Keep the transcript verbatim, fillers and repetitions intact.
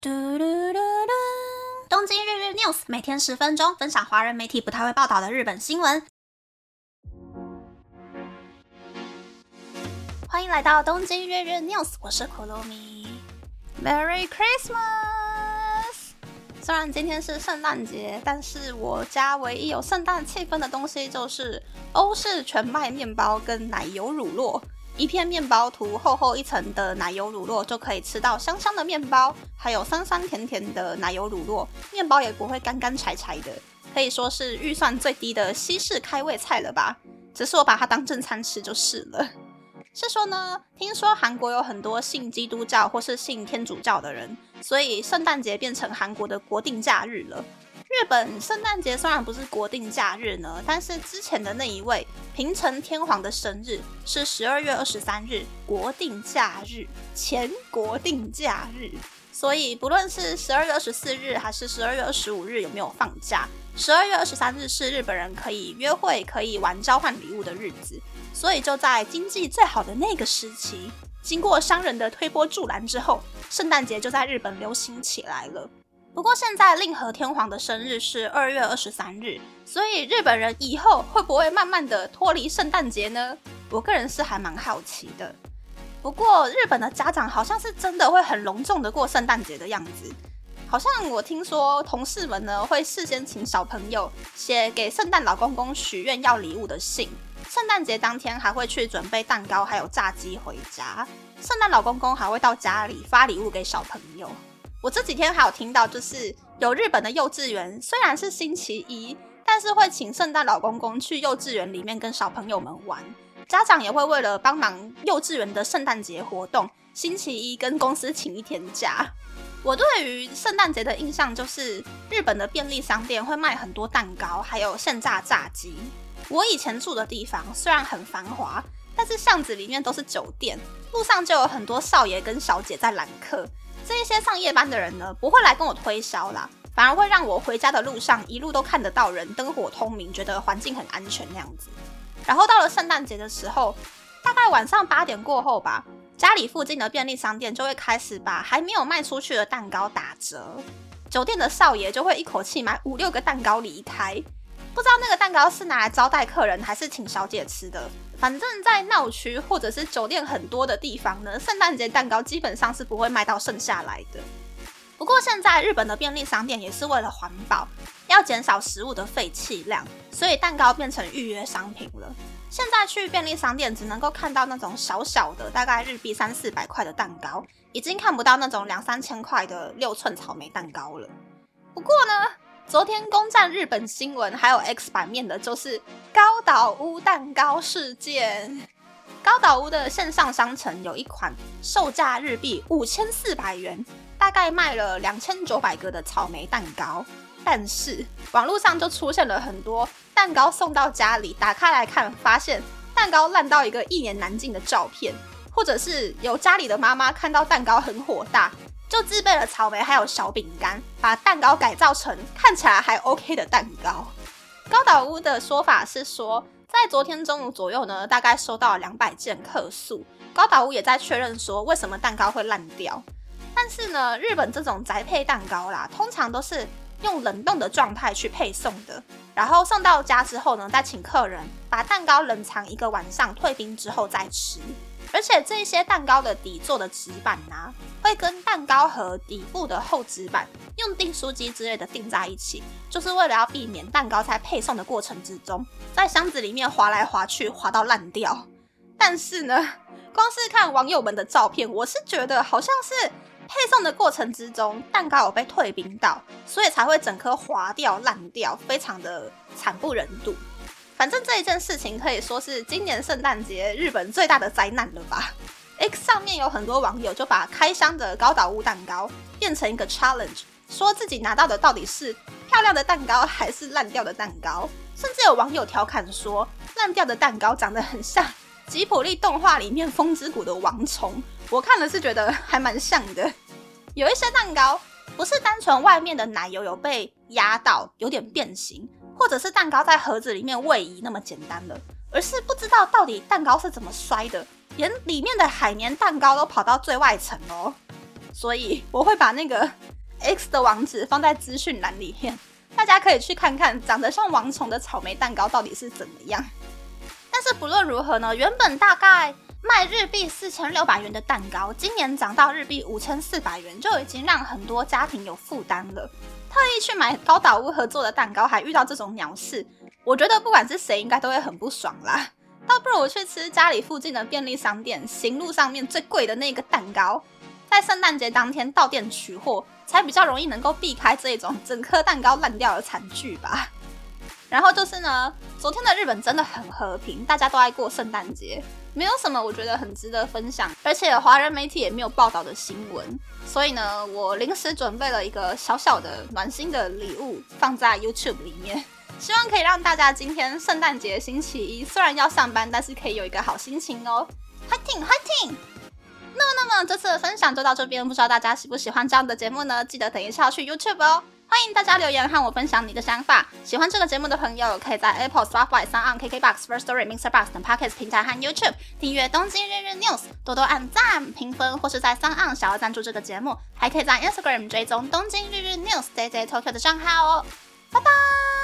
嘟嘟嘟嘟东京日日 News 每天十分钟，分享华人媒体不太会报道的日本新闻。欢迎来到东京日日 News， 我是可露米。Merry Christmas！ 虽然今天是圣诞节，但是我家唯一有圣诞气氛的东西就是欧式全麦面包跟奶油乳酪。一片面包涂厚厚一层的奶油乳酪，就可以吃到香香的面包，还有酸酸甜甜的奶油乳酪，面包也不会干干柴柴的，可以说是预算最低的西式开胃菜了吧。只是我把它当正餐吃就是了。是说呢，听说韩国有很多信基督教或是信天主教的人，所以圣诞节变成韩国的国定假日了。日本圣诞节虽然不是国定假日呢，但是之前的那一位平成天皇的生日是十二月二十三日，国定假日，前国定假日。所以不论是十二月二十四日还是十二月二十五日有没有放假，十二月二十三日是日本人可以约会、可以玩交换礼物的日子。所以就在经济最好的那个时期，经过商人的推波助澜之后，圣诞节就在日本流行起来了。不过现在令和天皇的生日是二月二十三日，所以日本人以后会不会慢慢的脱离圣诞节呢？我个人是还蛮好奇的。不过日本的家长好像是真的会很隆重的过圣诞节的样子，好像我听说同事们呢会事先请小朋友写给圣诞老公公许愿要礼物的信，圣诞节当天还会去准备蛋糕还有炸鸡回家，圣诞老公公还会到家里发礼物给小朋友。我这几天还有听到，就是有日本的幼稚园，虽然是星期一，但是会请圣诞老公公去幼稚园里面跟小朋友们玩。家长也会为了帮忙幼稚园的圣诞节活动，星期一跟公司请一天假。我对于圣诞节的印象就是日本的便利商店会卖很多蛋糕，还有现炸炸鸡。我以前住的地方虽然很繁华，但是巷子里面都是酒店，路上就有很多少爷跟小姐在揽客。这一些上夜班的人呢，不会来跟我推销啦，反而会让我回家的路上一路都看得到人，灯火通明，觉得环境很安全那样子。然后到了圣诞节的时候，大概晚上八点过后吧，家里附近的便利商店就会开始把还没有卖出去的蛋糕打折，酒店的少爷就会一口气买五六个蛋糕离开。不知道那个蛋糕是拿来招待客人还是请小姐吃的，反正在闹区或者是酒店很多的地方呢，圣诞节蛋糕基本上是不会卖到剩下来的。不过现在日本的便利商店也是为了环保，要减少食物的废弃量，所以蛋糕变成预约商品了。现在去便利商店只能够看到那种小小的大概日币三四百块的蛋糕，已经看不到那种两三千块的六寸草莓蛋糕了。不过呢，昨天攻占日本新闻还有 X 版面的就是高岛屋蛋糕事件。高岛屋的线上商城有一款售价日币五千四百元，大概卖了两千九百个的草莓蛋糕，但是网络上就出现了很多蛋糕送到家里打开来看，发现蛋糕烂到一个一言难尽的照片，或者是有家里的妈妈看到蛋糕很火大，就自备了草莓还有小饼干，把蛋糕改造成看起来还 OK 的蛋糕。高岛屋的说法是说，在昨天中午左右呢，大概收到了两百件客诉。高岛屋也在确认说为什么蛋糕会烂掉。但是呢，日本这种宅配蛋糕啦，通常都是用冷冻的状态去配送的，然后送到家之后呢，再请客人把蛋糕冷藏一个晚上，退冰之后再吃。而且这些蛋糕的底座的纸板啊，会跟蛋糕盒底部的厚纸板用订书机之类的订在一起，就是为了要避免蛋糕在配送的过程之中，在箱子里面滑来滑去，滑到烂掉。但是呢，光是看网友们的照片，我是觉得好像是配送的过程之中，蛋糕有被退冰到，所以才会整颗滑掉烂掉，非常的惨不忍睹。反正这一件事情可以说是今年圣诞节日本最大的灾难了吧。 X 上面有很多网友就把开箱的高岛屋蛋糕变成一个 challenge， 说自己拿到的到底是漂亮的蛋糕还是烂掉的蛋糕，甚至有网友调侃说烂掉的蛋糕长得很像吉卜力动画里面风之谷的王虫，我看了是觉得还蛮像的。有一些蛋糕不是单纯外面的奶油有被压到有点变形，或者是蛋糕在盒子里面位移那么简单了，而是不知道到底蛋糕是怎么摔的，连里面的海绵蛋糕都跑到最外层哦。 所以我会把那个 X 的网址放在资讯栏里面，大家可以去看看长得像王虫的草莓蛋糕到底是怎么样。但是不论如何呢，原本大概卖日币四千六百元的蛋糕，今年涨到日币五千四百元，就已经让很多家庭有负担了。特意去买高岛屋合作的蛋糕，还遇到这种鸟事，我觉得不管是谁应该都会很不爽啦。倒不如我去吃家里附近的便利商店行路上面最贵的那个蛋糕，在圣诞节当天到店取货，才比较容易能够避开这种整颗蛋糕烂掉的惨剧吧。然后就是呢，昨天的日本真的很和平，大家都爱过圣诞节，没有什么我觉得很值得分享，而且华人媒体也没有报道的新闻。所以呢，我临时准备了一个小小的暖心的礼物放在 YouTube 里面，希望可以让大家今天圣诞节星期一虽然要上班，但是可以有一个好心情哦。Fighting Fighting！ 那么那么这次的分享就到这边，不知道大家喜不喜欢这样的节目呢？记得等一下要去 YouTube 哦。欢迎大家留言和我分享你的想法。喜欢这个节目的朋友，可以在 Apple、Spotify、SoundOn、KKBox、Firstory、Mixerbox 等 Podcast 平台和 YouTube 订阅东京日日 News， 多多按赞、评分，或是在 SoundOn 想要赞助这个节目，还可以在 Instagram 追踪东京日日 News J J Tokyo 的账号哦。拜拜。